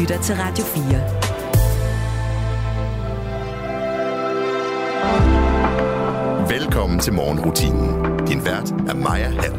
lytter til Radio 4. Velkommen til morgenrutinen. Din vært er Maja Hall.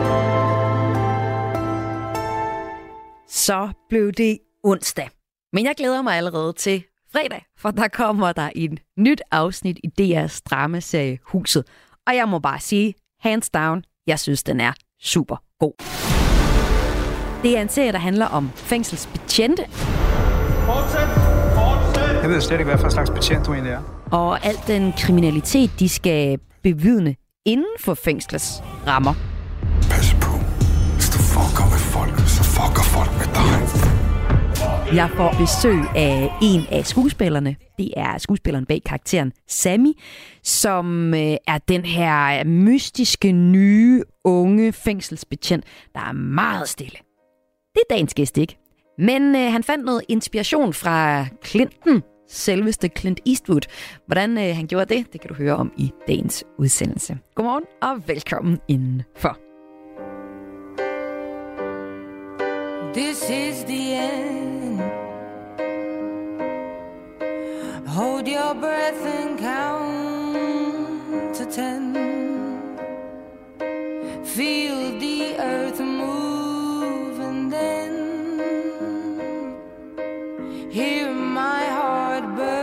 Så blev det onsdag. Men jeg glæder mig allerede til fredag, for der kommer der en nyt afsnit i DR's dramaserie Huset. Og jeg må bare sige, hands down, jeg synes, den er super god. Det er en serie, der handler om fængselsbetjente. Fortsæt! Jeg ved slet ikke, hvad for en slags betjent du egentlig er. Og al den kriminalitet, de skal bevidne inden for fængslets rammer. Pas på. Hvis du fucker med folk, så fucker folk med dig. Jeg får besøg af en af skuespillerne. Det er skuespilleren bag karakteren Sammy, som er den her mystiske, nye, unge fængselsbetjent, der er meget stille. Det er dagens gæst, ikke? Men han fandt noget inspiration fra Clinton, selveste Clint Eastwood. Hvordan han gjorde det, det kan du høre om i dagens udsendelse. Godmorgen og velkommen indenfor. This is the end. Hold your breath and count to 10. Feel the earth move and then hear my heart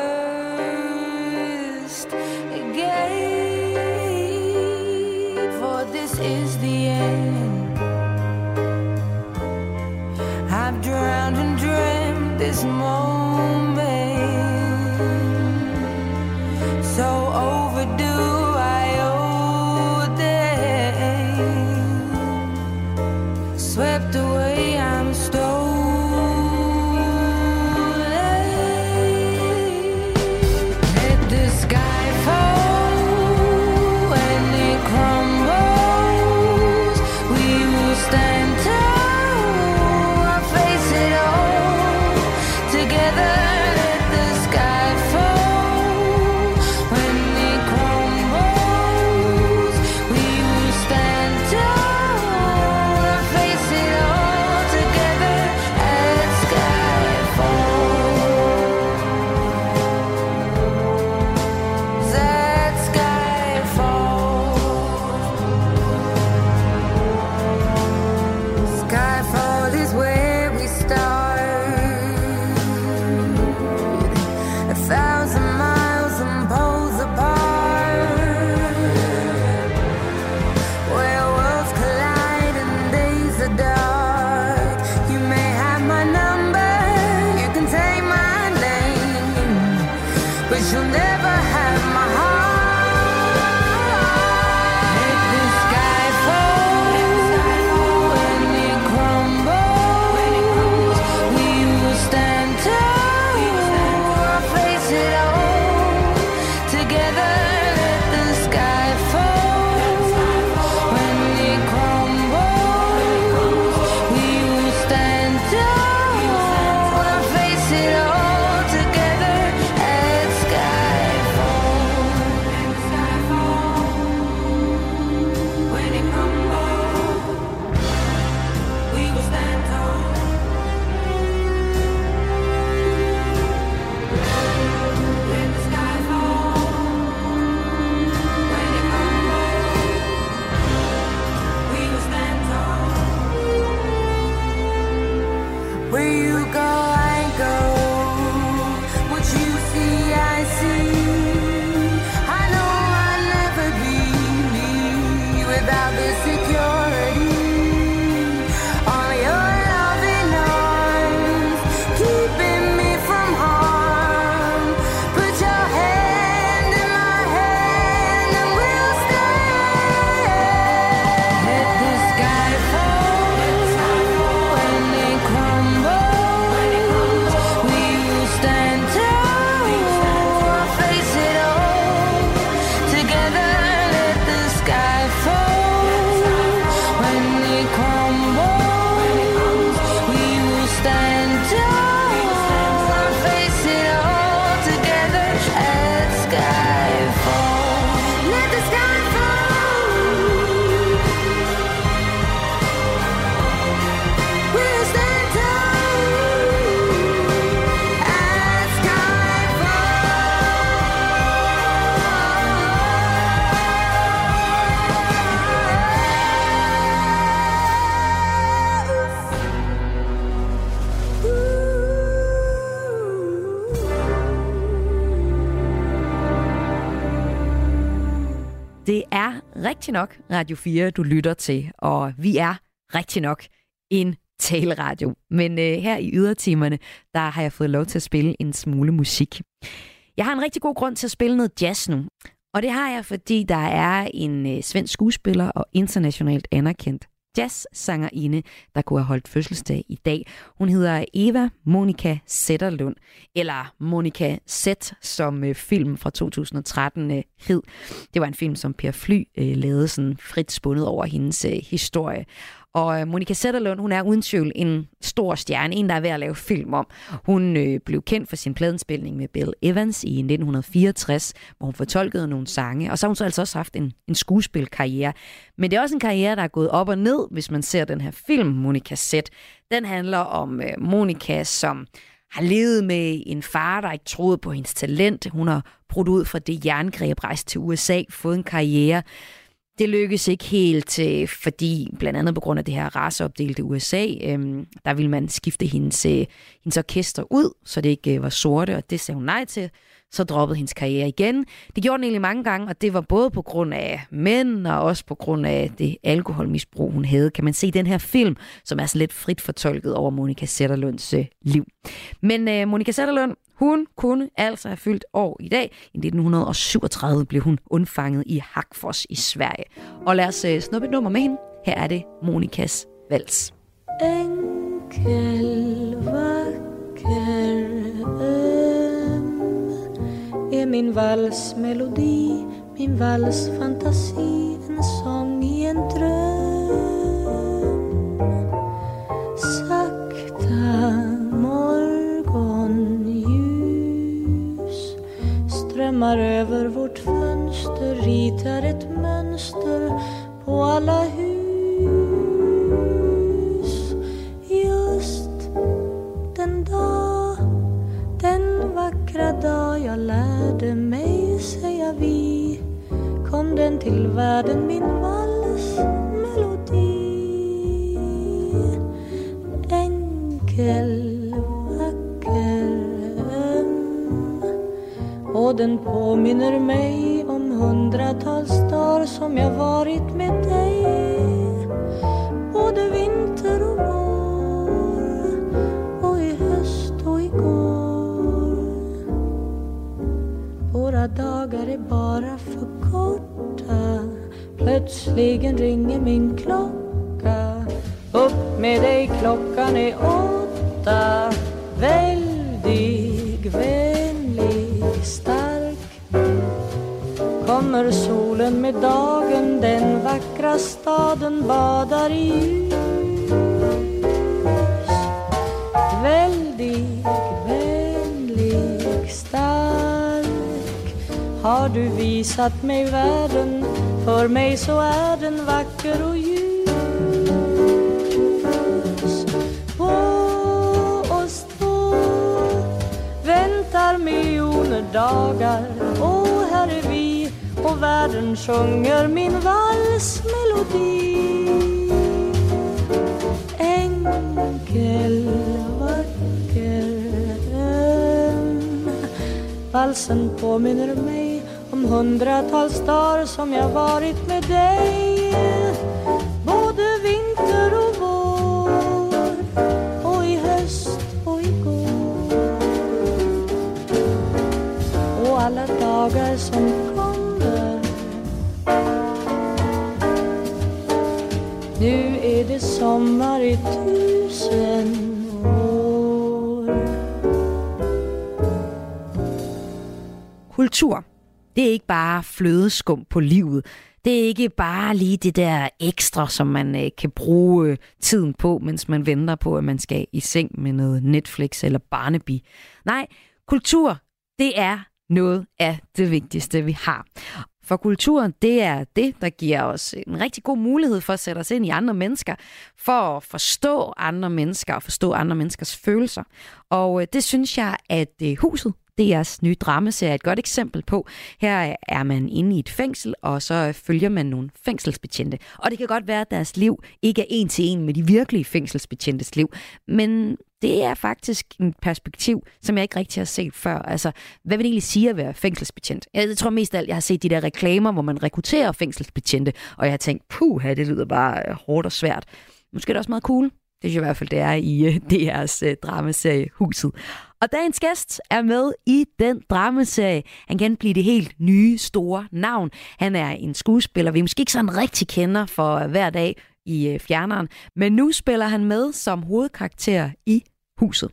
burst again. For this is the end. I've drowned and dreamt this moment, so overdue I owe them. Swept away, I'm stolen. Let the sky fall when it crumbles. We will stand tall. Det er rigtig nok Radio 4, du lytter til, og vi er rigtig nok en taleradio. Men her i ydertimerne, der har jeg fået lov til at spille en smule musik. Jeg har en rigtig god grund til at spille noget jazz nu. Og det har jeg, fordi der er en svensk skuespiller og internationalt anerkendt jazzsangerinde, der kunne have holdt fødselsdag i dag. Hun hedder Eva Monica Zetterlund, eller Monica Z, som film fra 2013 hed. Det var en film, som Per Fly lavede sådan frit spundet over hendes historie. Og Monica Zetterlund, hun er uden tvivl en stor stjerne, en der er ved at lave film om. Hun blev kendt for sin pladenspilning med Bill Evans i 1964, hvor hun fortolkede nogle sange. Og så har hun så altså også haft en skuespilkarriere. Men det er også en karriere, der er gået op og ned, hvis man ser den her film, Monica Z. Den handler om Monica, som har levet med en far, der ikke troede på hendes talent. Hun har brudt ud fra det jerngreb, rejst til USA, fået en karriere. Det lykkes ikke helt, fordi blandt andet på grund af det her raceopdelte USA, der ville man skifte hendes orkester ud, så det ikke var sorte, og det sagde hun nej til. Så droppede hendes karriere igen. Det gjorde den egentlig mange gange, og det var både på grund af mænd, og også på grund af det alkoholmisbrug, hun havde. Kan man se den her film, som er så lidt frit fortolket over Monica Zetterlunds liv. Men Monica Zetterlund, hun kunne altså have fyldt år i dag. I 1937 blev hun undfanget i Hackfors i Sverige. Og lad os snuppe et nummer med hende. Her er det Monicas vals. Enkel, vacker, är min valsmelodi, min valsfantasi, en sång i en dröm. Sakta morgonljus strömmar över vårt fönster, ritar ett mönster på alla hus. Just den dag, den vackra dag jag lärde mig säga vi, kom den till världen min valsmelodi. Enkel, vacker, och den påminner mig om hundratals dagar som jag varit med dig. Både vinter och vår, och i höst och igår. Våra dagar är bara för korta. Plötsligen ringer min klocka. Upp med dig, klockan är 8. Väldig, vänlig, stark. Kommer solen med dagen, den vackra staden badar i ljus. Väldig, vänlig, stark. Har du visat mig världen, för mig så är den vacker och ljus. På oss två väntar miljoner dagar, och här är vi, och världen sjunger min valsmelodi. Enkel, vacker, valsen påminner mig om hundratals dagar som jag varit med dig. Både vinter och vår, och i höst och igår. Och alla dagar som kommer. Nu är det sommar i 1000 år. Kultur, det er ikke bare flødeskum på livet. Det er ikke bare lige det der ekstra, som man kan bruge tiden på, mens man venter på, at man skal i seng med noget Netflix eller Barnaby. Nej, kultur, det er noget af det vigtigste, vi har. For kulturen, det er det, der giver os en rigtig god mulighed for at sætte os ind i andre mennesker, for at forstå andre mennesker og forstå andre menneskers følelser. Og det synes jeg, at Huset DR's nye dramaserie et godt eksempel på. Her er man inde i et fængsel, og så følger man nogle fængselsbetjente. Og det kan godt være, at deres liv ikke er en til en med de virkelige fængselsbetjentes liv, men det er faktisk et perspektiv, som jeg ikke rigtig har set før. Altså, hvad vil det egentlig sige at være fængselsbetjent? Jeg tror mest af alt, jeg har set de der reklamer, hvor man rekrutterer fængselsbetjente, og jeg har tænkt, det lyder bare hårdt og svært. Måske er det også meget cool. Det synes jeg i hvert fald, det er i DR's dramaserie Huset. Og dagens gæst er med i den dramaserie. Han kan blive det helt nye, store navn. Han er en skuespiller, vi måske ikke sådan rigtig kender for hver dag i fjerneren. Men nu spiller han med som hovedkarakter i Huset.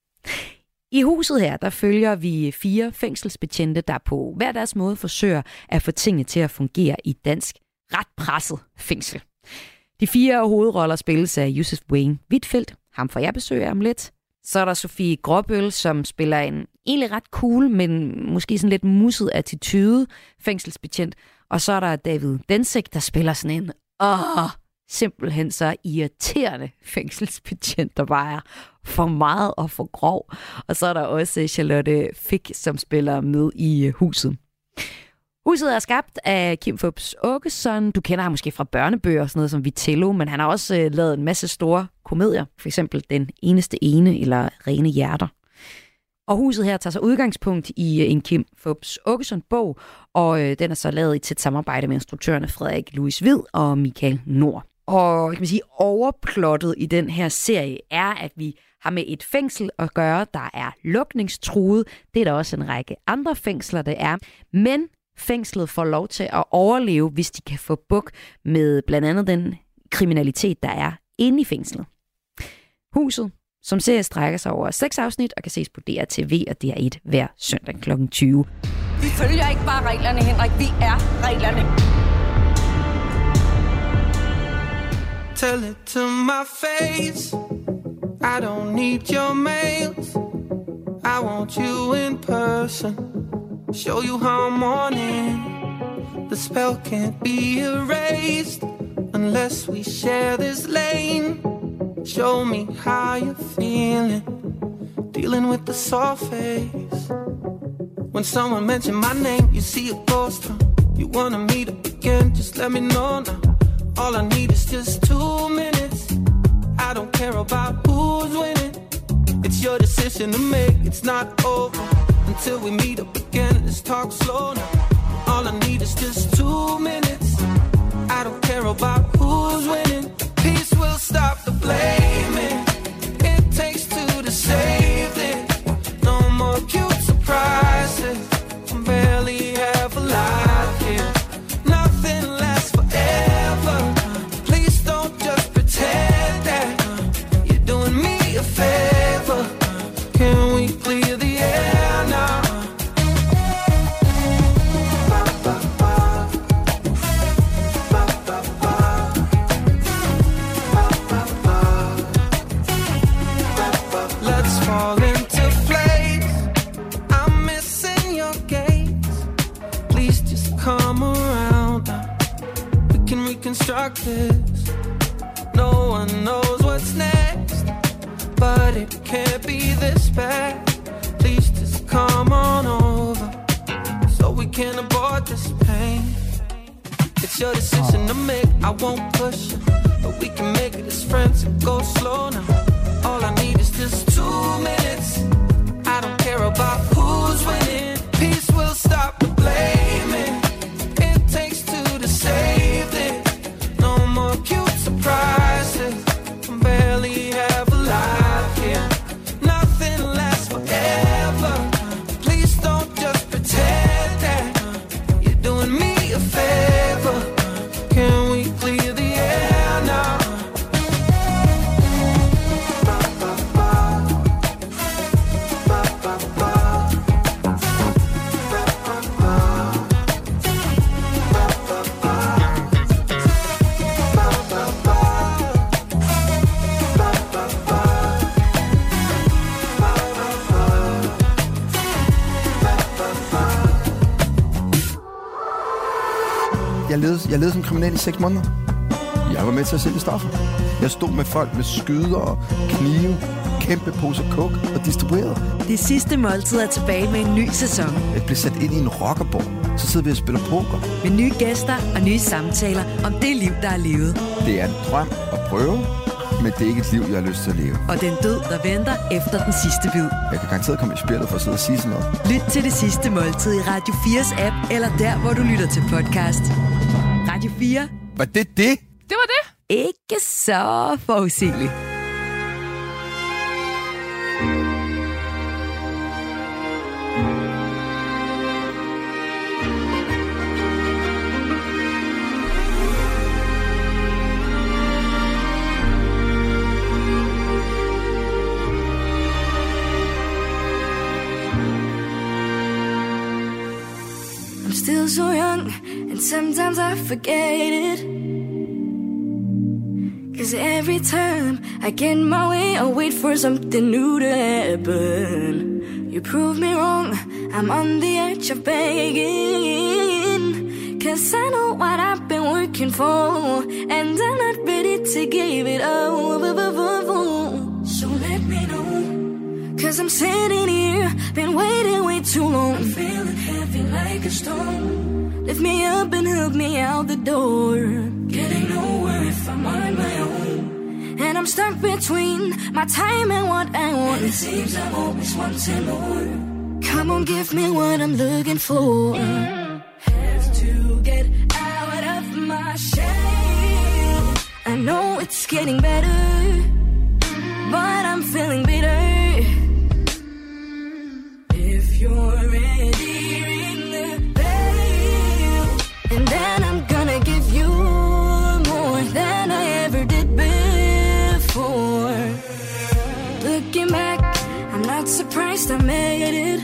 I Huset her, der følger vi 4 fængselsbetjente, der på hver deres måde forsøger at få tingene til at fungere i dansk ret presset fængsel. De 4 hovedroller spilles af Josef Wayne Whitfeldt. Ham får jeg besøg af om lidt. Så er der Sofie Gråbøl, som spiller en egentlig ret cool, men måske sådan lidt musset attitude fængselsbetjent. Og så er der David Densik, der spiller sådan en simpelthen så irriterende fængselsbetjent, der bare er for meget og for grov. Og så er der også Charlotte Fick, som spiller med i Huset. Huset er skabt af Kim Fupz Aakeson. Du kender ham måske fra børnebøger og sådan noget som Vitello, men han har også lavet en masse store komedier. For eksempel Den eneste ene eller Rene hjerter. Og Huset her tager så udgangspunkt i en Kim Fupz Aakeson-bog, og den er så lavet i tæt samarbejde med instruktørerne Frederik Louis Hvid og Michael Nord. Og kan man sige, overplottet i den her serie er, at vi har med et fængsel at gøre, der er lukningstruet. Det er der også en række andre fængsler, det er. Men fængslet får lov til at overleve, hvis de kan få buk med blandt andet den kriminalitet, der er inde i fængslet. Huset, som serie, strækker sig over 6 afsnit og kan ses på DRTV og DR1 hver søndag kl. 20. Vi følger ikke bare reglerne, Henrik. Vi er reglerne. Tell it to my face. I don't need your mails. I want you in person. Show you how I'm on it. The spell can't be erased unless we share this lane. Show me how you're feeling, dealing with the soft face. When someone mentioned my name, you see a ghost town. You wanna meet up again, just let me know now. All I need is just 2 minutes. I don't care about who's winning. It's your decision to make, it's not over until we meet up again. Let's talk slow now. All I need is just 2 minutes. I don't care about who's winning. Peace will stop the blaming. It takes 2 to save it. No more cute surprises. I'm barely half alive here. Nothing lasts forever. Please don't just pretend that you're doing me a favor. Can we clear the air now? Let's fall into place. I'm missing your gaze. Please just come around now. We can reconstruct this. No one knows what's next, but it can't be this bad. Please just come on over so we can abort this pain. It's your decision to make, I won't push you, but we can make it as friends and go slow now. All I need is just 2 minutes. I don't care about who's winning. Peace will stop the blaming. It takes 2 to save it. No more cute surprises. I'm barely half alive here. Nothing lasts forever. Please don't just pretend that you're doing me a favor. Can we clear the air now? Jeg levede som kriminel i 6 måneder. Jeg var med til at sælge stoffer. Jeg stod med folk med skyder og knive, kæmpe pose coke og distribueret. Det sidste måltid er tilbage med en ny sæson. Jeg blev sat ind i en rockerborg. Så sidder vi og spiller poker. Med nye gæster og nye samtaler om det liv, der er levet. Det er en drøm at prøve, men det er ikke et liv, jeg har lyst til at leve. Og den død, der venter efter den sidste bid. Jeg kan garanteret komme i spillet for at sidde og sige sådan noget. Lyt til Det Sidste Måltid i Radio 4's app, eller der, hvor du lytter til podcast. Radio 4. Var det det? Det var det. Ikke så forudsigeligt. Still so young, and sometimes I forget it. 'Cause every time I get in my way, I wait for something new to happen. You prove me wrong, I'm on the edge of begging. 'Cause I know what I've been working for, and I'm not ready to give it up. So let me know. 'Cause I'm sitting here, been waiting way too long. I'm feeling heavy like a stone. Lift me up and help me out the door. Getting nowhere if I'm on my own. And I'm stuck between my time and what I want. And it seems I'm always wanting more. Come on, give me what I'm looking for. Have to get out of my shell. I know it's getting better, but I'm feeling bitter. You're ready, ring the bell, and then I'm gonna give you more than I ever did before. Looking back, I'm not surprised I made it,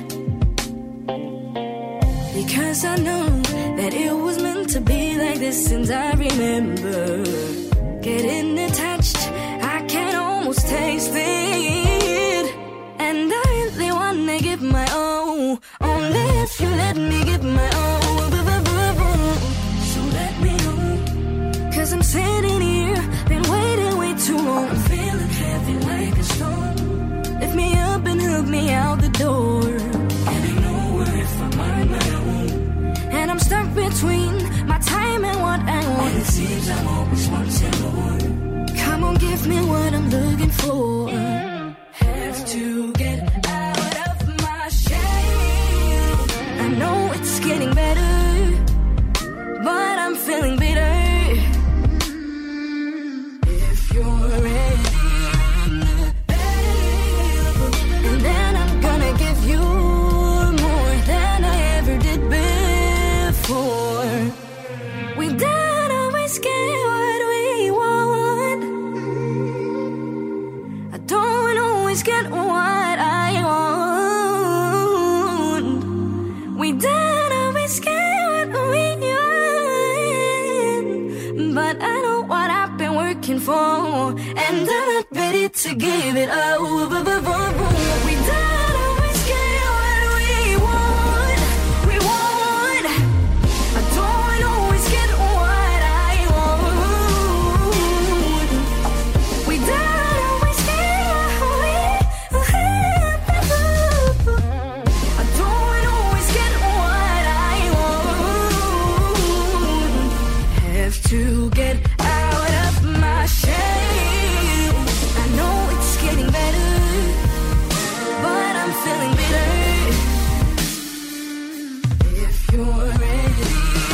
because I know that it was meant to be like this since I remember. Getting attached, I can almost taste it, and I really wanna give my all. Only if you let me give my all. So let me know. 'Cause I'm sitting here, been waiting way too long. I'm feeling heavy like a stone. Lift me up and help me out the door. Getting nowhere if I'm on my own. And I'm stuck between my time and what I want. And it seems I'm always wanting more. Come on, give me what I'm looking for. Have to get out of my shell. I know it's getting better, but I'm feeling bitter. If you're ready, ring the bell, and then I'm gonna give you more than I ever did before. We don't always get what we want. I don't always get what I want. We don't always get what we want, but I know what I've been working for, and I'm not ready to give it up. We don't always get what we want. We want. I don't always get what I want. We don't always get what we want. I don't always get what I want. Have to get out of my shell. I know it's getting better, but I'm feeling bitter. If you're ready,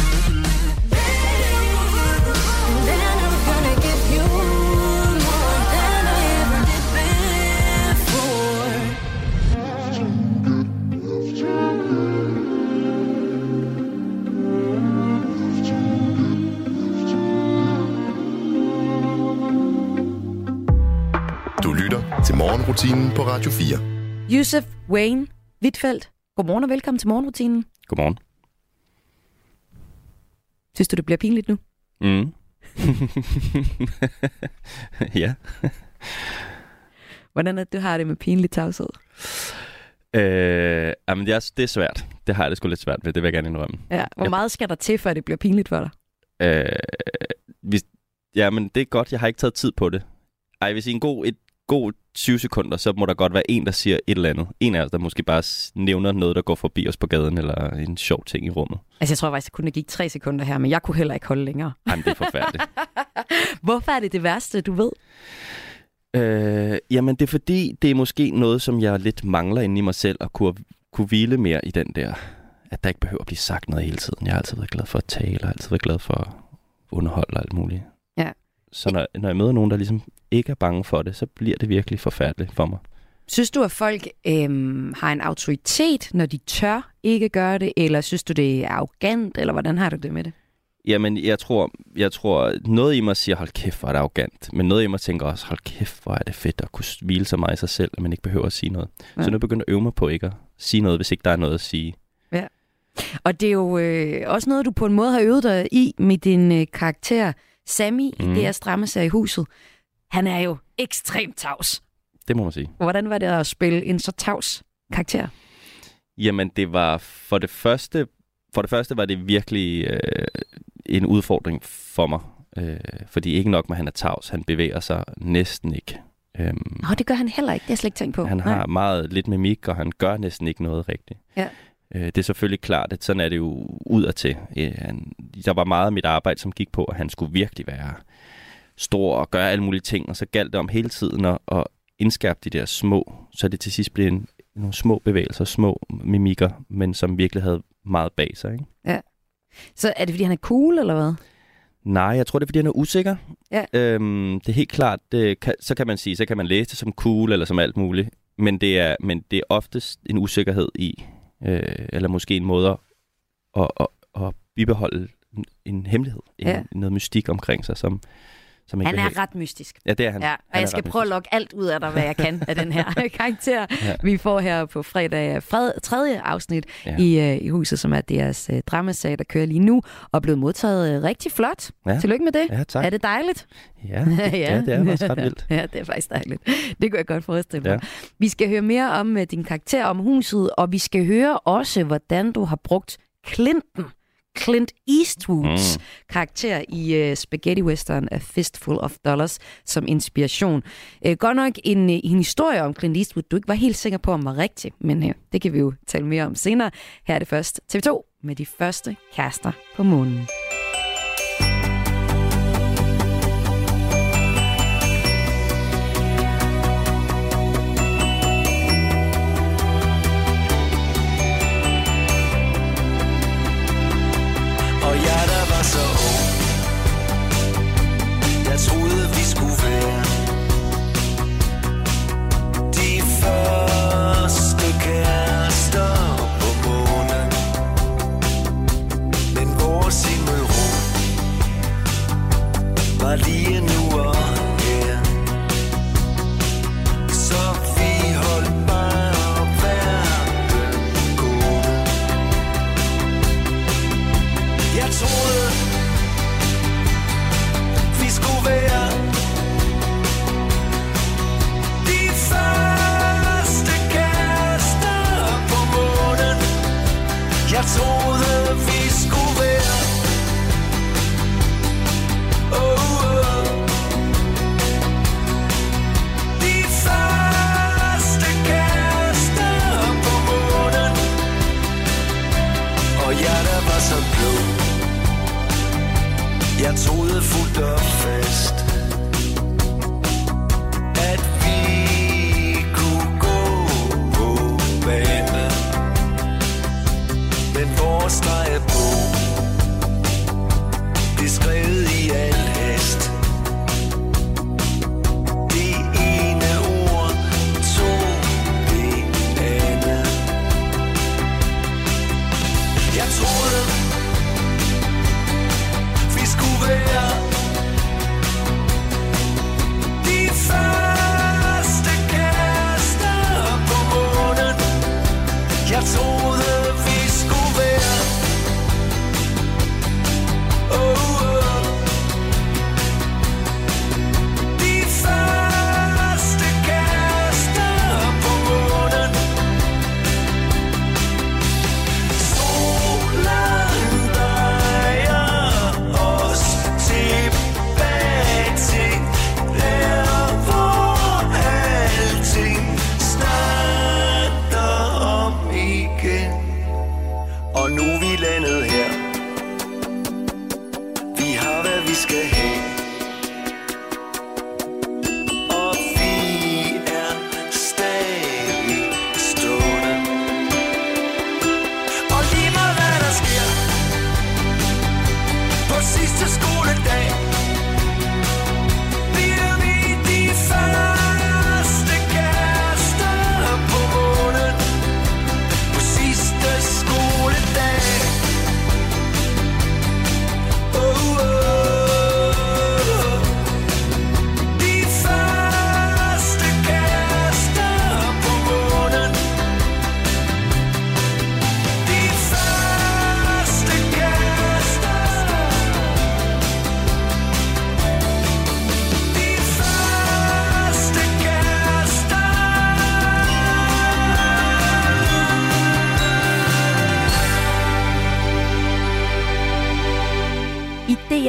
and then I'm gonna give you more than I ever did before. Du lytter til morgenrutinen på Radio 4. Yusuf Wayne Whitfeldt, godmorgen og velkommen til morgenrutinen. Godmorgen. Synes du, det bliver pinligt nu? Mm. Ja. Hvordan er det, du har det med pinlig tavshed? Jamen, det er svært. Det har jeg det sgu lidt svært ved, det vil jeg gerne indrømme. Ja. Hvor meget skal der til, før det bliver pinligt for dig? Ja, men det er godt, jeg har ikke taget tid på det. Hvis i et god 20 sekunder, så må der godt være en, der siger et eller andet. En af os, der måske bare nævner noget, der går forbi os på gaden, eller en sjov ting i rummet. Altså, jeg tror faktisk, at det gik 3 sekunder her, men jeg kunne heller ikke holde længere. Jamen, det er forfærdeligt. Hvorfor er det værste, du ved? Jamen, det er fordi, det er måske noget, som jeg lidt mangler inde i mig selv, at kunne hvile mere i den der, at der ikke behøver at blive sagt noget hele tiden. Jeg har altid været glad for at tale, og altid været glad for at underholde og alt muligt. Ja. Så når jeg møder nogen, der ligesom ikke er bange for det, så bliver det virkelig forfærdeligt for mig. Synes du, at folk har en autoritet, når de tør ikke gøre det, eller synes du, det er arrogant, eller hvordan har du det med det? Jamen, jeg tror, noget i mig siger, hold kæft, hvor er det arrogant. Men noget i mig tænker også, hold kæft, hvor er det fedt at kunne hvile så meget i sig selv, at man ikke behøver at sige noget. Ja. Så nu begynder jeg at øve mig på ikke at sige noget, hvis ikke der er noget at sige. Ja. Og det er jo også noget, du på en måde har øvet dig i med din karakter Sammy i DR's dramaserie Huset. Han er jo ekstremt tavs. Det må man sige. Hvordan var det at spille en så tavs karakter? Jamen, det var for det første var det virkelig en udfordring for mig. Fordi ikke nok med, at han er tavs. Han bevæger sig næsten ikke. Det gør han heller ikke. Det har jeg slet ikke tænkt på. Han har meget lidt mimik, og han gør næsten ikke noget rigtigt. Ja. Det er selvfølgelig klart, at sådan er det jo udadtil. Der var meget af mit arbejde, som gik på, at han skulle virkelig være stor og gøre alle mulige ting. Og så galt det om hele tiden at indskærpe de der små, så det til sidst blev nogle små bevægelser, små mimikker, men som virkelig havde meget bag sig. Ikke? Ja. Så er det, fordi han er cool, eller hvad? Nej, jeg tror, det er, fordi han er usikker. Ja. Det er helt klart, så kan man sige, så kan man læse det som cool, eller som alt muligt. Men det er oftest en usikkerhed i, eller måske en måde at bibeholde en hemmelighed, noget mystik omkring sig, som han er ret mystisk. Ja, det er han. Ja, og jeg skal prøve at lokke alt ud af dig, hvad jeg kan af den her karakter. Ja. Vi får her på fredag 3. afsnit i Huset, som er deres dramaserie, der kører lige nu, og er blevet modtaget rigtig flot. Ja. Tillykke med det. Ja, tak. Er det dejligt? Ja, det er faktisk ret vildt. Ja, det er faktisk dejligt. Det kunne jeg godt forestille mig. Ja. Vi skal høre mere om din karakter, om huset, og vi skal høre også, hvordan du har brugt Clint Eastwoods karakter i spaghetti western A Fistful of Dollars som inspiration. Godt nok en historie om Clint Eastwood, du ikke var helt sikker på, om var rigtig, men det kan vi jo tale mere om senere. Her er det først TV2 med de første kærester på månen. Jeg troede vi skulle være de første kærester på månen, men vores himmel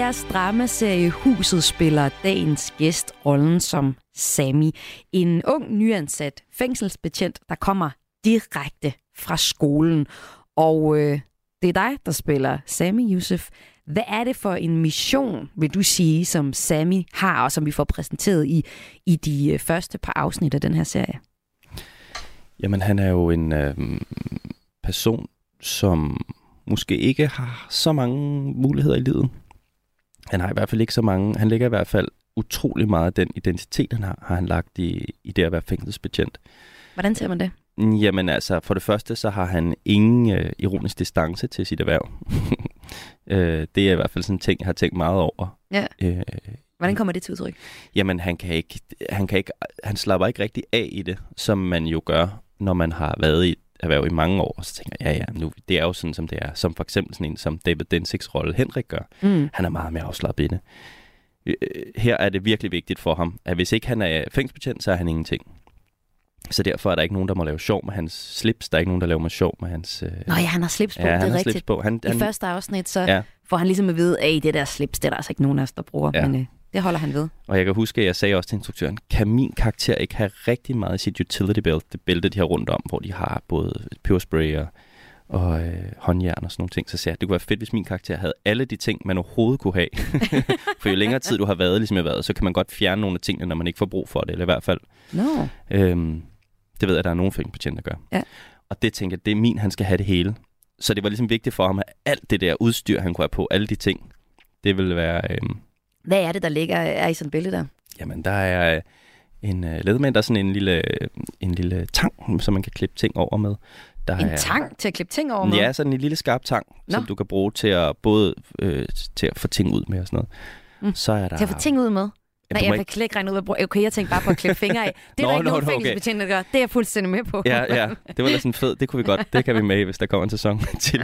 DR's dramaserie Huset spiller dagens gæst rollen som Sami. En ung, nyansat fængselsbetjent, der kommer direkte fra skolen. Og det er dig, der spiller Sami, Yusuf. Hvad er det for en mission, vil du sige, som Sami har, og som vi får præsenteret i de første par afsnit af den her serie? Jamen, han er jo en person, som måske ikke har så mange muligheder i livet. Han har i hvert fald ikke så mange. Han lægger i hvert fald utrolig meget af den identitet, han har han lagt i det at være fængselsbetjent. Hvordan ser man det? Jamen altså, for det første, så har han ingen ironisk distance til sit erhverv. Det er i hvert fald sådan en ting, jeg har tænkt meget over. Ja. Hvordan kommer det til udtryk? Jamen, han slapper ikke rigtig af i det, som man jo gør, når man har været i et erhverv i mange år. Og så tænker jeg, nu, det er jo sådan, som det er. Som for eksempel sådan en, som David Denzigs rolle Henrik gør. Han er meget mere afslappet i det. Her er det virkelig vigtigt for ham, at hvis ikke han er fængselsbetjent, så er han ingenting. Så derfor er der ikke nogen, der må lave sjov med hans slips. Der er ikke nogen, der laver mig sjov med hans... Nå ja, han har slips på, det er rigtigt. På. I første afsnit, så får han ligesom at vide, at det der slips, det er der altså ikke nogen af os, der bruger. Men det holder han ved. Og jeg kan huske, at jeg sagde også til instruktøren, kan min karakter ikke have rigtig meget i sit utility belt, det bælte, de har rundt om, hvor de har både peberspray og håndjern og sådan nogle ting. Så sagde jeg, det kunne være fedt, hvis min karakter havde alle de ting, man overhovedet kunne have. For jo længere tid du har været, ligesom jeg har været, så kan man godt fjerne nogle af tingene, når man ikke får brug for det, eller i hvert fald. Det ved jeg, at der er nogle fængselsbetjente, der gør. Ja. Og det tænkte jeg, det er min, han skal have det hele. Så det var ligesom vigtigt for ham, at alt det der udstyr, han kunne have på, alle de ting, det ville være... Hvad er det, der ligger i sådan et billede der? Jamen, der er en ledemand, der er sådan en lille tang, som man kan klippe ting over med. Tang til at klippe ting over med? Ja, sådan en lille skarp tang, som du kan bruge til at både til at få ting ud med og sådan noget. Så er der... Til at få ting ud med? Nej, jeg kan ikke regne ud, hvad okay, jeg tænkte bare på at klippe fingre af. Det er der ikke nogen fængselsbetjente, der gør. Det er jeg fuldstændig med på. Ja, det var da sådan fed. Det kunne vi godt. Det kan vi med, hvis der kommer en sæson til.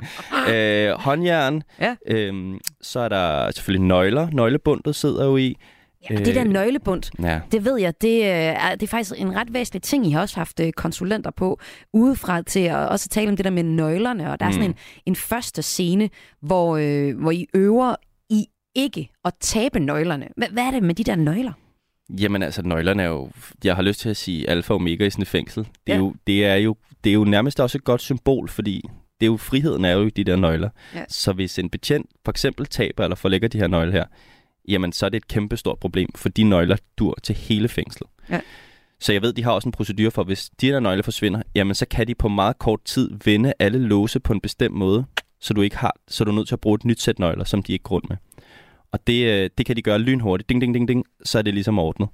Håndjern. Ja. Så er der selvfølgelig nøgler. Nøglebundet sidder jo i. Ja, det der nøglebund, det ved jeg, det er faktisk en ret væsentlig ting, I har også haft konsulenter på udefra til at også tale om det der med nøglerne. Og der er sådan en første scene, hvor I øver i ikke at tabe nøglerne. Hvad er det med de der nøgler? Jamen altså, nøglerne er jo, jeg har lyst til at sige alfa og omega i sådan et fængsel. Det er jo nærmest også et godt symbol, fordi det er jo, friheden er jo de der nøgler. Ja. Så hvis en betjent for eksempel taber eller forlægger de her nøgler her, jamen så er det et kæmpestort problem, for de nøgler dur til hele fængslet. Ja. Så jeg ved, de har også en procedure for, hvis de der nøgler forsvinder, jamen så kan de på meget kort tid vende alle låse på en bestemt måde, så du er nødt til at bruge et nyt sæt nøgler, som de ikke går rundt med. Og det kan de gøre lynhurtigt. Ding, ding, ding, ding, så er det ligesom ordnet.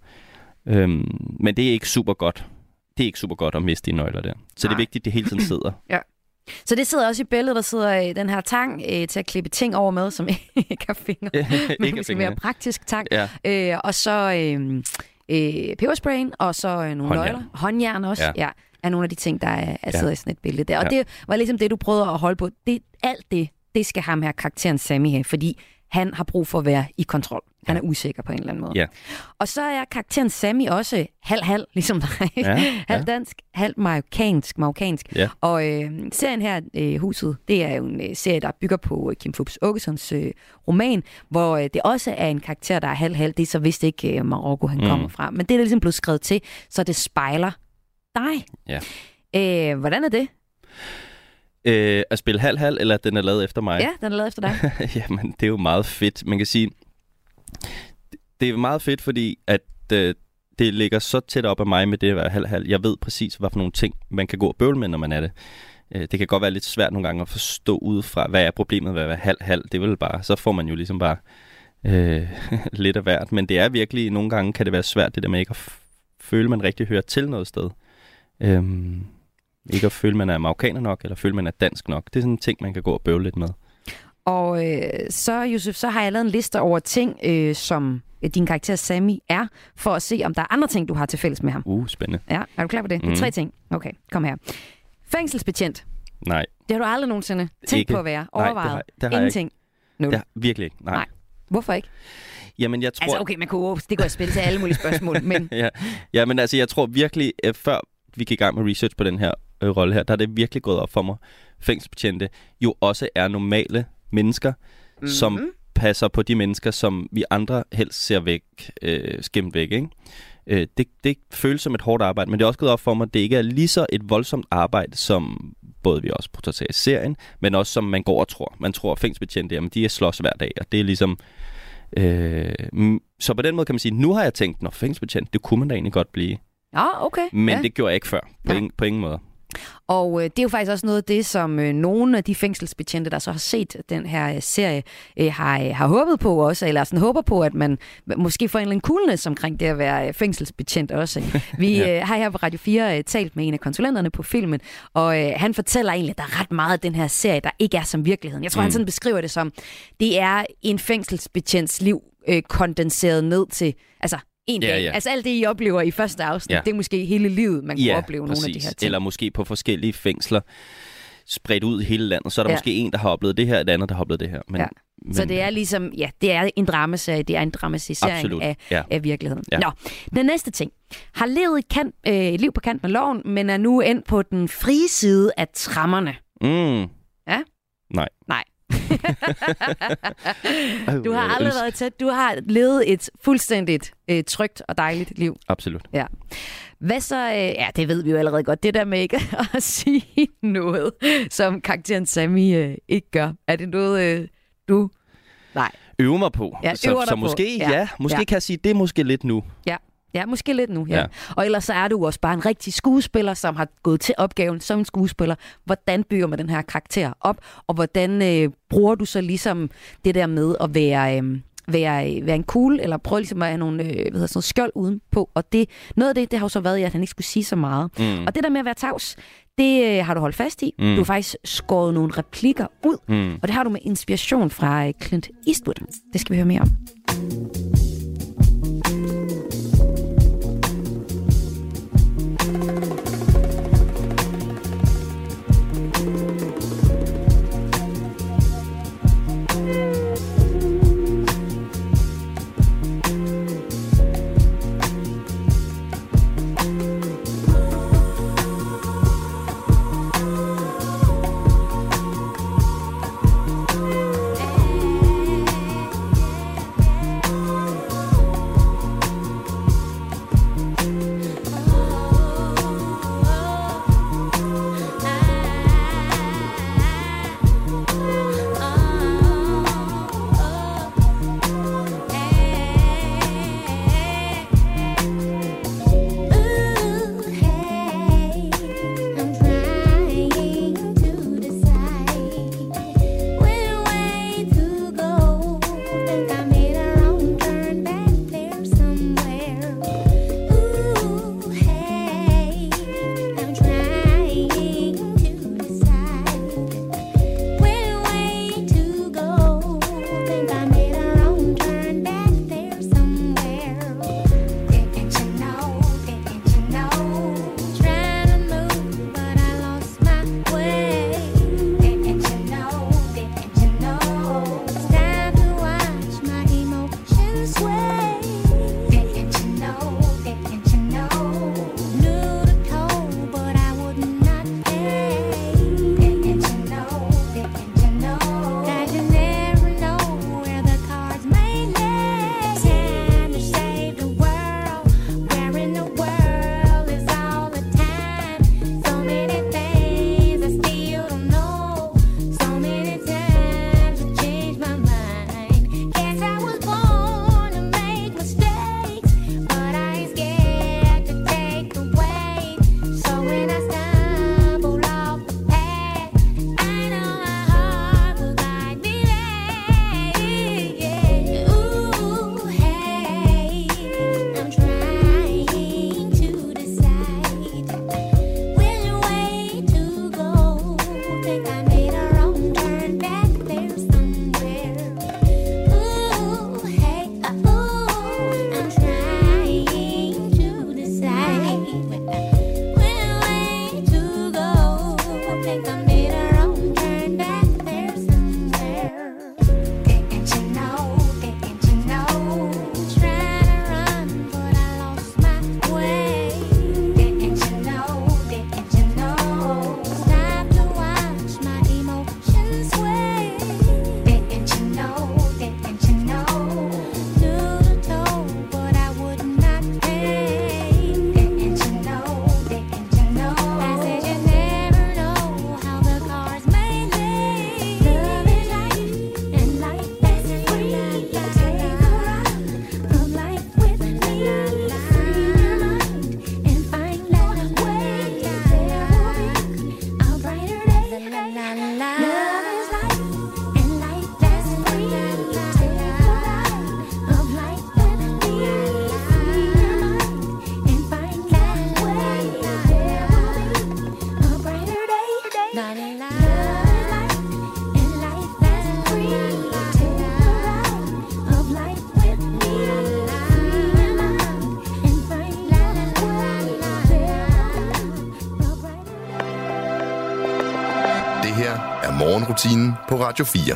Men det er ikke super godt. Det er ikke super godt at miste de nøgler der. Så det er vigtigt, at det hele tiden sidder. Ja. Så det sidder også i billedet, der sidder den her tang til at klippe ting over med, som ikke har fingre. Men måske mere praktisk tang. Ja. Og så pebersprayen, og så nogle nøgler. Håndjern også. Ja. Er nogle af de ting, der sidder i sådan et billede der. Og det var ligesom det, du prøvede at holde på. Alt det skal ham her karakteren Sami have, fordi han har brug for at være i kontrol. Han er usikker på en eller anden måde. Ja. Og så er karakteren Sami også halv-halv, ligesom dig. Halv dansk, halv marokkansk. Ja. Og serien her, Huset, det er jo en serie, der bygger på Kim Fupz Aakessons roman, hvor det også er en karakter, der er halv-halv. Det er så vist ikke Marokko, han kommer fra. Men det er ligesom blevet skrevet til, så det spejler dig. Ja. Hvordan er det? At spille halv-halv, eller at den er lavet efter mig? Ja, den er lavet efter dig. Jamen, det er jo meget fedt. Man kan sige, det er meget fedt, fordi at det ligger så tæt op af mig med det at være halv-halv. Jeg ved præcis, hvad for nogle ting, man kan gå og bøvle med, når man er det. Det kan godt være lidt svært nogle gange at forstå udefra, hvad er problemet ved at være halv-halv. Det er vel bare, så får man jo ligesom bare lidt af hvert. Men det er virkelig, nogle gange kan det være svært, det der med ikke at føle, man rigtig hører til noget sted. Ikke at føle, man er marokkaner nok, eller føle, man er dansk nok. Det er sådan en ting, man kan gå og bøvle lidt med. Og så, Yusuf, så har jeg lavet en liste over ting, som din karakter Sami er, for at se, om der er andre ting, du har til fælles med ham. Spændende. Ja, er du klar på det? Det er 3 ting. Okay, kom her. Fængselsbetjent. Nej. Det har du aldrig nogensinde tænkt på at være. Overvejet. Nej, det har ingenting. Det har virkelig ikke. Nej. Hvorfor ikke? Jamen, jeg tror... Altså, okay, det går at spille til alle mulige spørgsmål, men... ja, men altså, jeg tror virkelig, før vi gik i gang med research på den her rolle her, der er det virkelig gået op for mig, fængselsbetjente jo også er normale mennesker, som passer på de mennesker, som vi andre helst ser væk, skæmt væk, ikke? Det føles som et hårdt arbejde, men det er også gået op for mig, at det ikke er lige så et voldsomt arbejde, som både vi også portrætterer i serien, men også som man går og tror. Man tror, at fængselsbetjente, jamen, de er slås hver dag, og det er ligesom... så på den måde kan man sige, nu har jeg tænkt, når fængselsbetjent, det kunne man da egentlig godt blive. Ja, okay. Men det gjorde jeg ikke før, på ingen måde. Og det er jo faktisk også noget af det, som nogle af de fængselsbetjente, der så har set den her serie, har håbet på også, eller sådan håber på, at man måske får en eller anden coolness omkring det at være fængselsbetjent også. Vi har her på Radio 4 talt med en af konsulenterne på filmen, og han fortæller egentlig, at der er ret meget af den her serie, der ikke er som virkeligheden. Jeg tror, han sådan beskriver det som, det er en fængselsbetjents liv kondenseret ned til, altså en dag. Ja. Altså alt det, I oplever i første afsnit, det er måske hele livet, man kan opleve præcis. Nogle af de her ting. Eller måske på forskellige fængsler, spredt ud i hele landet. Så er der måske en, der har oplevet det her, og et andet, der har oplevet det her. Men, så det er ligesom, det er en dramaserie, det er en dramatisering af virkeligheden. Ja. Nå, den næste ting. Har levet et liv på kanten af loven, men er nu endt på den frie side af trammerne. Ja? Nej. Du har aldrig været tæt. Du har levet et fuldstændigt trygt og dejligt liv. Absolut. Ja. Hvad så? Det ved vi jo allerede godt. Det der med ikke at sige noget, som karakteren Sammy ikke gør. Er det noget, du... Nej. Øver mig på. Ja, så måske, måske kan jeg sige, det er måske lidt nu. Ja, måske lidt nu, ja. Og ellers så er du også bare en rigtig skuespiller, som har gået til opgaven som en skuespiller. Hvordan bygger man den her karakter op, og hvordan bruger du så ligesom det der med at være en cool, eller prøve ligesom at have nogle skjold udenpå. Og noget af det har jo så været, at han ikke skulle sige så meget. Og det der med at være tavs, det har du holdt fast i. Du har faktisk skåret nogle replikker ud, og det har du med inspiration fra Clint Eastwood. Det skal vi høre mere om. er morgenrutinen på Radio 4.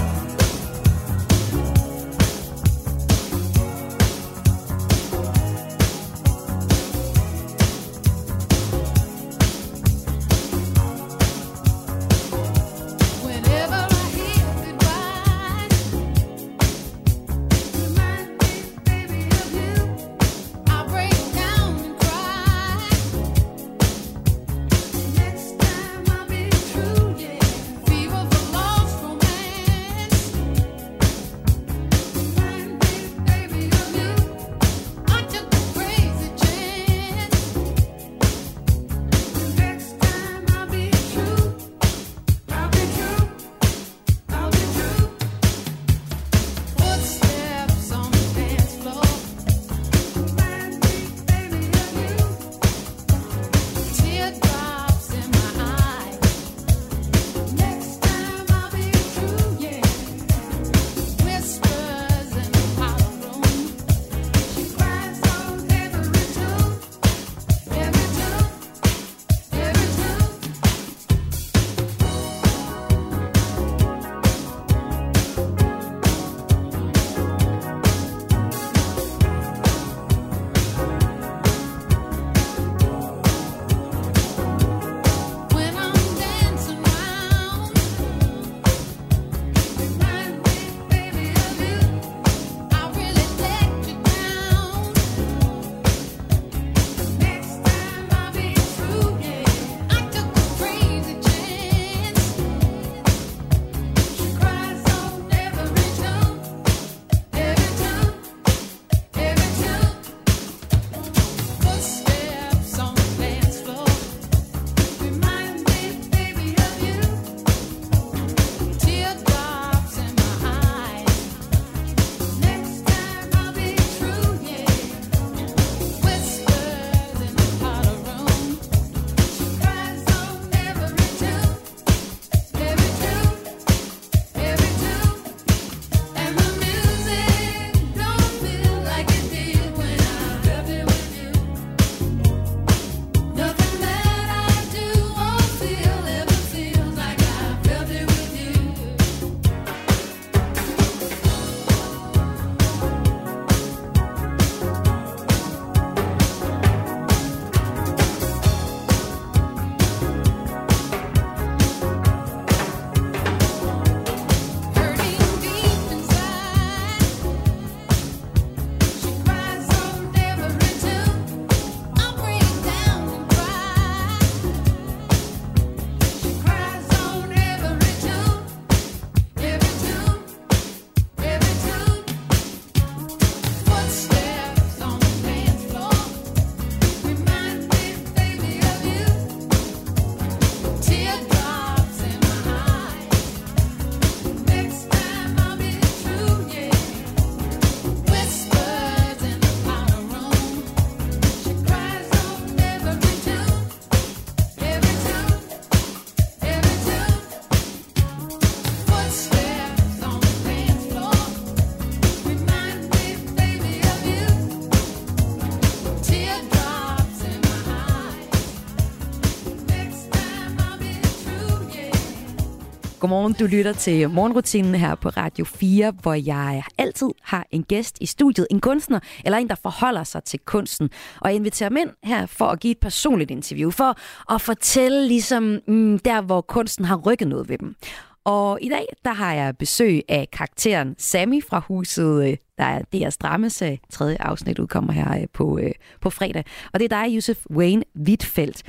Godmorgen, du lytter til morgenrutinen her på Radio 4, hvor jeg altid har en gæst i studiet, en kunstner eller en, der forholder sig til kunsten. Og jeg inviterer dem ind her for at give et personligt interview, for at fortælle ligesom der, hvor kunsten har rykket noget ved dem. Og i dag, der har jeg besøg af karakteren Sammy fra huset, der er DR's dramaserie. 3. afsnit udkommer her på fredag. Og det er dig, Josef Wayne Huitfeldt.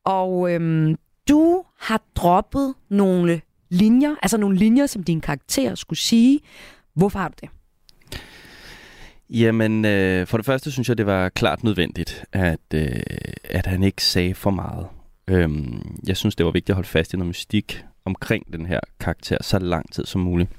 Og du har droppet nogle linjer, som din karakter skulle sige. Hvorfor har du det? Jamen, for det første synes jeg, det var klart nødvendigt, at han ikke sagde for meget. Jeg synes, det var vigtigt at holde fast i noget mystik omkring den her karakter så lang tid som muligt.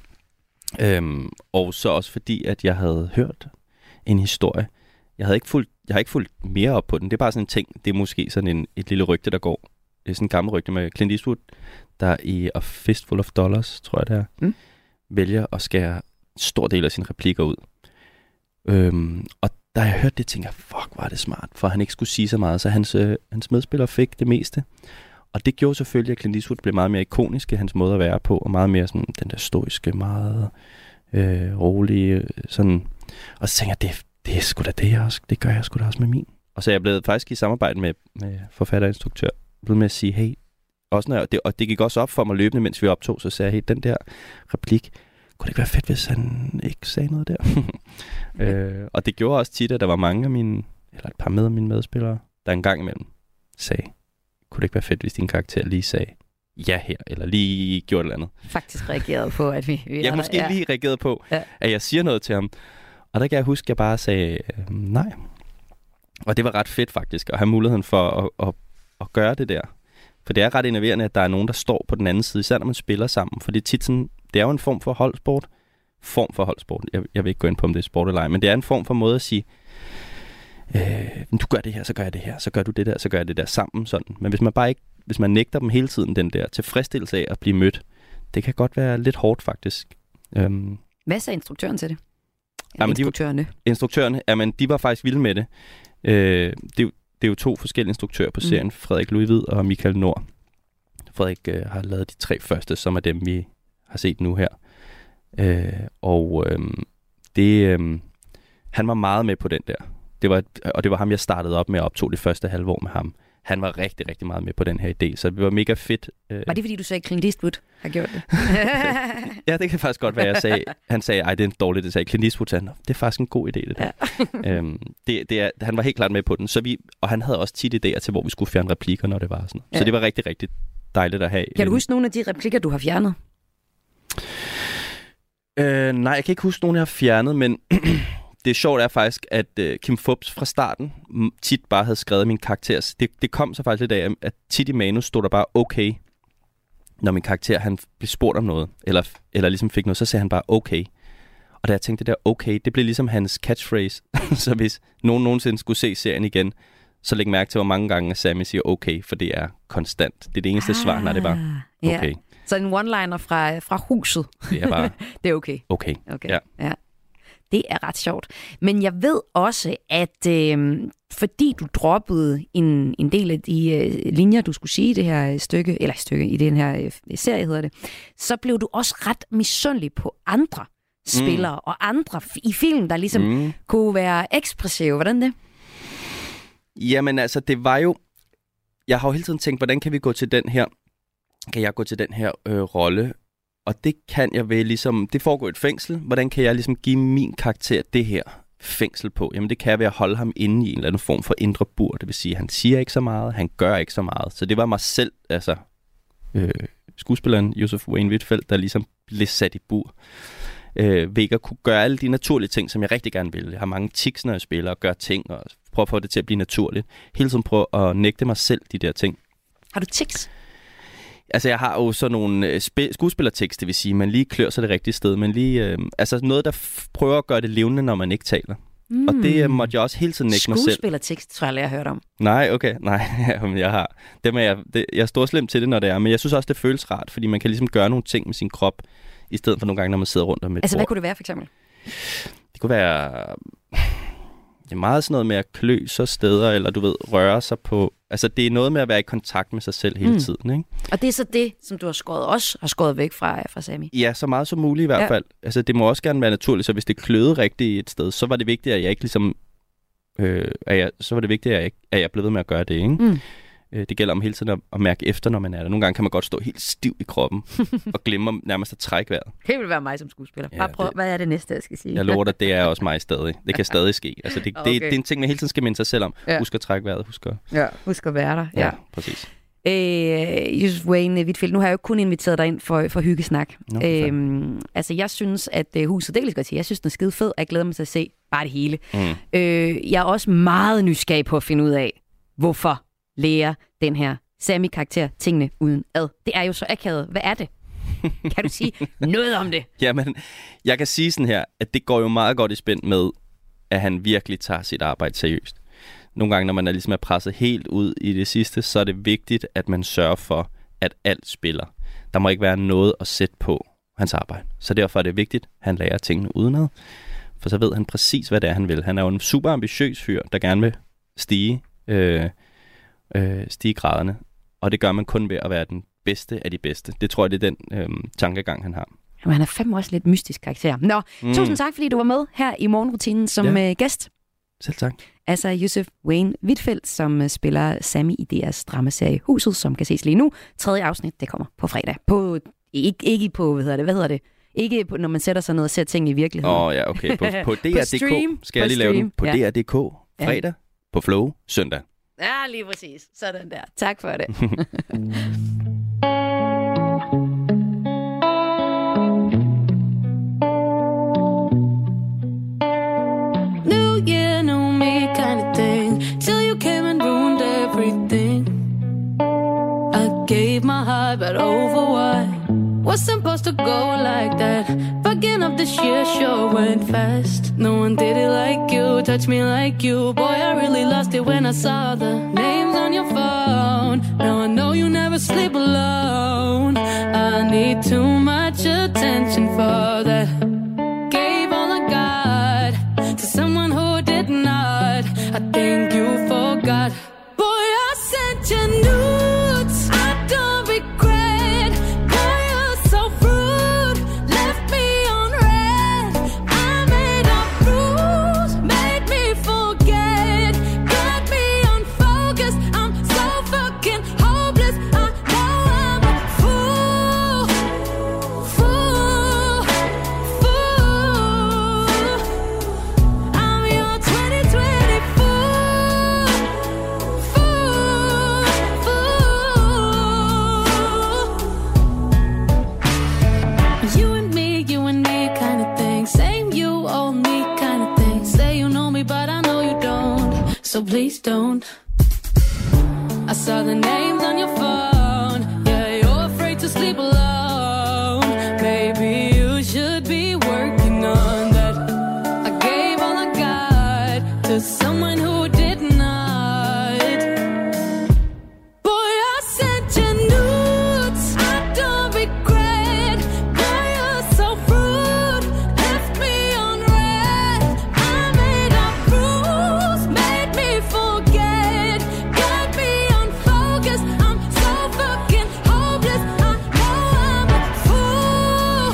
Og så også fordi, at jeg havde hørt en historie. Jeg har ikke fulgt mere op på den. Det er bare sådan en ting. Det er måske sådan et lille rygte, der går. Det er sådan en gammel rygte med Clint Eastwood, der i A Fistful of Dollars, tror jeg det er, vælger at skære en stor del af sine replikker ud. Og da jeg hørte det, tænkte jeg, fuck, var det smart, for han ikke skulle sige så meget, så hans medspiller fik det meste. Og det gjorde selvfølgelig, at Clint Eastwood blev meget mere ikonisk i hans måde at være på, og meget mere sådan den der stoiske, meget rolige, sådan. Og så tænkte jeg, det er sgu da det også, det gør jeg sgu da også med min. Og så er jeg blevet faktisk i samarbejde med forfatter og instruktør, blevet med at sige, hey, også når jeg, og det gik også op for mig løbende, mens vi optog, så sagde jeg, hey, den der replik, kunne det ikke være fedt, hvis han ikke sagde noget der? Og det gjorde også tit, at der var mange af mine, eller et par af mine medspillere, der en gang imellem sagde, kunne det ikke være fedt, hvis din karakter lige sagde ja her, eller lige gjorde et eller andet. Faktisk reagerede på, at vi jeg måske lige reagerede på, at jeg siger noget til ham. Og der kan jeg huske, at jeg bare sagde nej. Og det var ret fedt faktisk, at have muligheden for at gøre det der. For det er ret innoverende, at der er nogen, der står på den anden side, især når man spiller sammen. For det er tit sådan, det er jo en form for holdsport. Jeg vil ikke gå ind på, om det er sport eller ej, men det er en form for måde at sige, du gør det her, så gør jeg det her, så gør du det der, så gør jeg det der sammen. Sådan. Men hvis man nægter dem hele tiden, den der tilfredsstillelse af at blive mødt, det kan godt være lidt hårdt faktisk. Hvad sagde instruktøren til det? Instruktørerne, jamen, de var faktisk vilde med det. Det er jo 2 forskellige instruktører på serien, Frederik Louis Hvid og Michael Nord. Frederik har lavet de 3 første, som er dem, vi har set nu her. Han var meget med på den der. Det var ham, jeg startede op med at optog det første halve år med ham. Han var rigtig, rigtig meget med på den her idé, så det var mega fedt. Var det, fordi du sagde, at Clint Eastwood har gjort det? Ja, det kan faktisk godt være, jeg sagde. Han sagde, ej, det er en dårlig, det sagde Clint Eastwood. Sagde, det er faktisk en god idé, det der. Ja. Han var helt klart med på den, og han havde også tit idéer til, hvor vi skulle fjerne replikker, når det var sådan. Ja. Så det var rigtig, rigtig dejligt at have. Kan du huske nogle af de replikker, du har fjernet? Nej, jeg kan ikke huske nogen, jeg har fjernet, men det sjovt er faktisk, at Kim Fupz fra starten tit bare havde skrevet min karakter. Det kom så faktisk lidt af, at tit i manus stod der bare okay, når min karakter han blev spurgt om noget, eller ligesom fik noget, så sagde han bare okay. Og da jeg tænkte det der okay, det blev ligesom hans catchphrase. Så hvis nogen nogensinde skulle se serien igen, så læg mærke til, hvor mange gange Sammy siger okay, for det er konstant. Det er det eneste svar, når det bare okay. Ja. Så en one-liner fra huset. Det er bare det er okay. Okay. Ja. Det er ret sjovt. Men jeg ved også, at fordi du droppede en del af de linjer, du skulle sige i det her stykke, i den her serie hedder det, så blev du også ret misundelig på andre spillere og andre i filmen, der ligesom kunne være ekspressive. Hvordan det? Jamen altså, det var jo... Jeg har jo hele tiden tænkt, hvordan kan vi gå til den her... Kan jeg gå til den her rolle? Og det kan jeg ved ligesom... Det foregår i et fængsel. Hvordan kan jeg ligesom give min karakter det her fængsel på? Jamen det kan jeg ved at holde ham inde i en eller anden form for indre bur. Det vil sige, at han siger ikke så meget, han gør ikke så meget. Så det var mig selv, altså skuespilleren Josef Wayne-Whitfeldt, der ligesom blev sat i bur. Ved ikke at kunne gøre alle de naturlige ting, som jeg rigtig gerne vil. Jeg har mange tics, når jeg spiller og gør ting, og prøver at få det til at blive naturligt. Hele tiden prøve at nægte mig selv de der ting. Har du tics? Altså, jeg har jo sådan nogle skuespillertekst, det vil sige, man lige klør sig det rigtige sted, men lige, altså noget, der prøver at gøre det levende, når man ikke taler. Og det måtte jeg også hele tiden nægte mig selv. Skuespillertekst, tror jeg har hørt om. Nej, okay, nej, jeg har. Jeg er storslem til det, når det er, men jeg synes også, det føles rart, fordi man kan ligesom gøre nogle ting med sin krop, i stedet for nogle gange, når man sidder rundt om et Altså, bord. hvad kunne det være, for eksempel? Det kunne være... Det er meget sådan noget med at klø sig steder, eller du ved, røre sig på... Altså, det er noget med at være i kontakt med sig selv hele tiden, ikke? Og det er så det, som du har skåret væk fra Sammy? Ja, så meget som muligt i hvert fald. Altså, det må også gerne være naturligt, så hvis det kløede rigtigt et sted, så var det vigtigt, at jeg ikke ligesom... så var det vigtigt, at jeg blev ved med at gøre det, ikke? Det gælder om hele tiden at mærke efter, når man er der. Nogle gange kan man godt stå helt stiv i kroppen og glemme nærmest at trække vejret. Det vil være mig som skuespiller. Bare prøv, hvad er det næste, jeg skal sige? Jeg lover dig, det er også mig stadig. Det kan stadig ske. Altså, det er en ting, man hele tiden skal minde sig selv om. Husk at trække vejret. Husk at være der. Ja, præcis. Josef Wayne-Whitfeldt, nu har jeg jo kun inviteret dig ind for hyggesnak. Altså, jeg synes, at huset, det kan jeg godt sige, jeg synes, den er skide fed, og jeg glæder mig til at se bare det hele. Jeg er også meget nysgerrig på at finde ud af, hvorfor lærer den her Sammy-karakter tingene uden ad. Det er jo så akavet. Hvad er det? Kan du sige noget om det? Jamen, jeg kan sige sådan her, at det går jo meget godt i spænd med, at han virkelig tager sit arbejde seriøst. Nogle gange, når man ligesom er presset helt ud i det sidste, så er det vigtigt, at man sørger for, at alt spiller. Der må ikke være noget at sætte på hans arbejde. Så derfor er det vigtigt, at han lærer tingene udenad. For så ved han præcis, hvad det er, han vil. Han er jo en super ambitiøs fyr, der gerne vil stige graderne. Og det gør man kun ved at være den bedste af de bedste. Det tror jeg, det er den tankegang, han har. Jamen, han er fandme også lidt mystisk karakter. Nå, tusind tak, fordi du var med her i morgenrutinen som gæst. Selv tak. Altså Yusuf Wayne Whitfield, som spiller Sammy i deres dramaserie Huset, som kan ses lige nu. 3. afsnit, det kommer på fredag. Ikke på, hvad hedder det? Ikke på, når man sætter sig ned og ser ting i virkeligheden. Ja, okay. På DR.dk skal jeg lige lave den. På DR.dk fredag, på Flow søndag. Ja, lige præcis. Sådan der. Tak for det. Gave my heart, but over what? Was supposed to go like that. Fucking up this year sure went fast. No one did it like you, touched me like you. Boy, I really lost it when I saw the names on your phone. Now I know you never sleep alone. I need too much attention for that. Gave all I got to someone who did not. I think you forgot. Boy, I sent you nudes. So please don't. I saw the names on your phone. Yeah, you're afraid to sleep alone. Maybe you should be working on that. I gave all I got to someone who did not. Boy, I sent you nudes. I don't regret. Boy, you're so rude. Left me on red. I made up rules. Forget, got me unfocused. I'm so fucking hopeless. I know I'm a fool,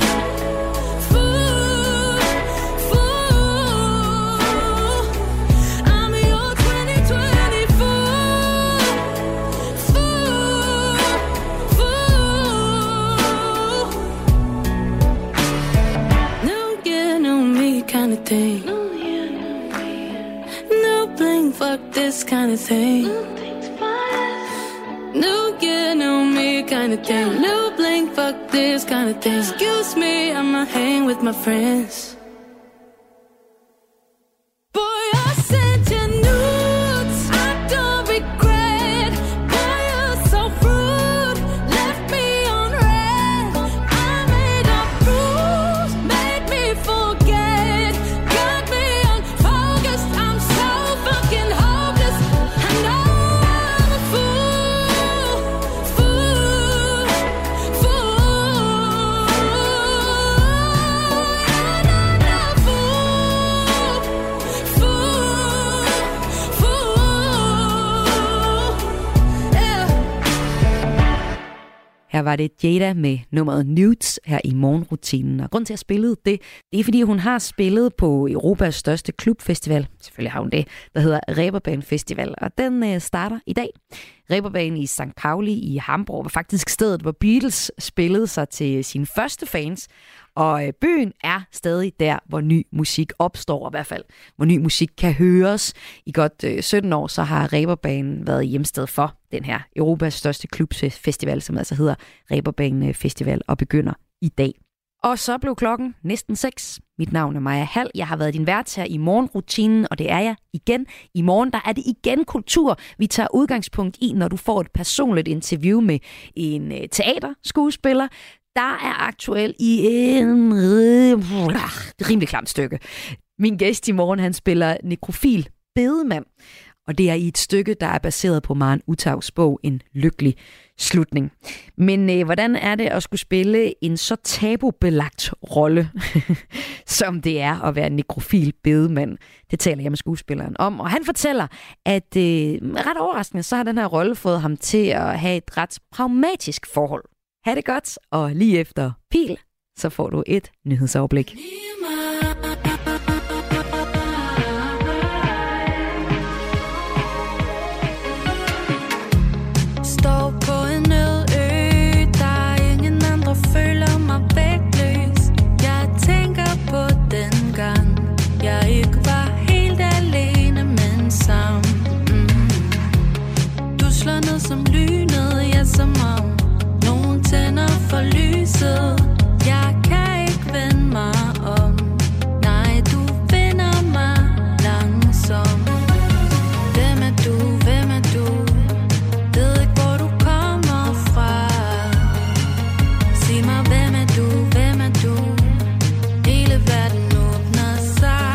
fool. I'm your 2020 fool, New year, new me kind of thing. Fuck this kind of thing. New year, new me kind of thing. New bling, fuck this kind of thing. Excuse me, I'ma hang with my friends. Boy, I sent you nudes. I don't regret. Boy, you're so rude. Left me on red. I made up rules. Made me forget. Got me unfocused. I'm so fucking hopeless. I know I'm a fool, fool, fool. I'm a fool, fool, fool. Yeah. Her var det Jada med nummeret Nudes her i morgenrutinen. Og grund til at spille det er, fordi hun har spillet på Europas største klubfestival. Selvfølgelig har hun det, der hedder Reeperbahn Festival. Og den starter i dag. Reeperbahn i St. Pauli i Hamburg var faktisk stedet, hvor Beatles spillede sig til sine første fans. Og byen er stadig der, hvor ny musik opstår, i hvert fald hvor ny musik kan høres. I godt 17 år, så har Reeperbahn været hjemsted for den her Europas største klubfestival, som altså hedder Reeperbahn Festival og begynder i dag. Og så blev klokken næsten 6. Mit navn er Maja Hall. Jeg har været din vært her i morgenrutinen, og det er jeg igen. I morgen der er det igen kultur, vi tager udgangspunkt i, når du får et personligt interview med en teaterskuespiller, der er aktuel i en rimelig klamt stykke. Min gæst i morgen, han spiller nekrofil bedemand. Og det er i et stykke, der er baseret på Maren Uthavs bog En lykkelig slutning. Men hvordan er det at skulle spille en så tabubelagt rolle, som det er at være en nekrofil bedemand? Det taler jeg med skuespilleren om. Og han fortæller, at ret overraskende, så har den her rolle fået ham til at have et ret pragmatisk forhold. Ha' det godt, og lige efter Pil, så får du et nyhedsoverblik. Som lynet, ja, som om nogen tænder for lyset. Jeg kan ikke vende mig om. Nej, du vinder mig langsomt. Hvem er du? Hvem er du? Ved ikke, hvor du kommer fra. Sig mig, hvem er du? Hvem er du? Hele verden åbner sig.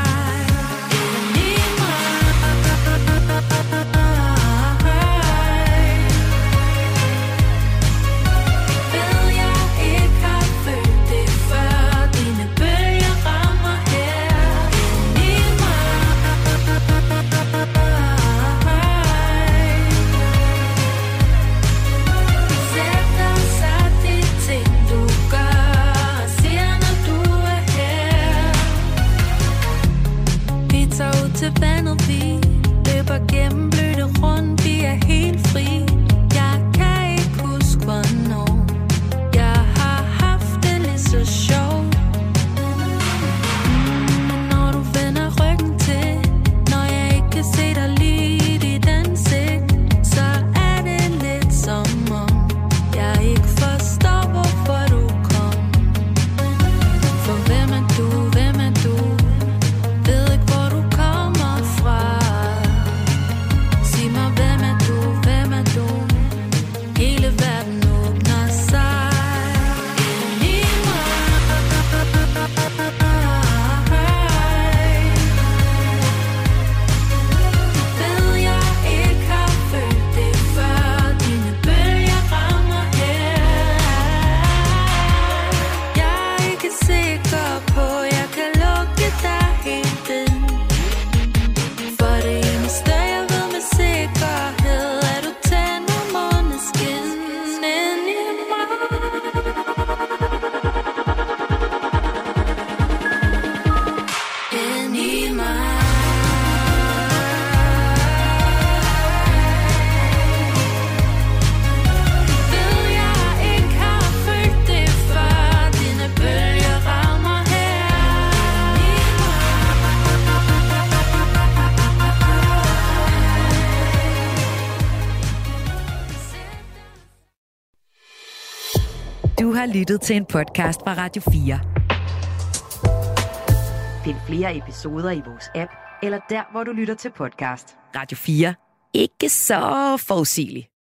Til vandet, vi løber gennem blødte rundt, vi er helt fri. Jeg kan ikke huske, hvornår jeg har haft det lige så sjovt. Men når du vender ryggen til, når jeg ikke kan se dig lige i dit ansigt, så er det lidt som om jeg ikke forstår, hvorfor du kom. For hvem er du? Hvem er du? Ved ikke, hvor du kommer fra. Sig mig, hvem er du? Hvem er du? Hele verden åbner sig ind i mig. Ved jeg ikke har følt det før. Dine bølger rammer her. Jeg er ikke sikker på, jeg kan lukke dig helt ind. For det eneste jeg ved med sikkerhed, er du tænder måneskin ind i mig. Ind i mig. Ved jeg ikke har følt det før. Dine bølger rammer her. Du har lyttet til en podcast fra Radio 4. Find flere episoder i vores app, eller der, hvor du lytter til podcast. Radio 4. Ikke så forudsigeligt.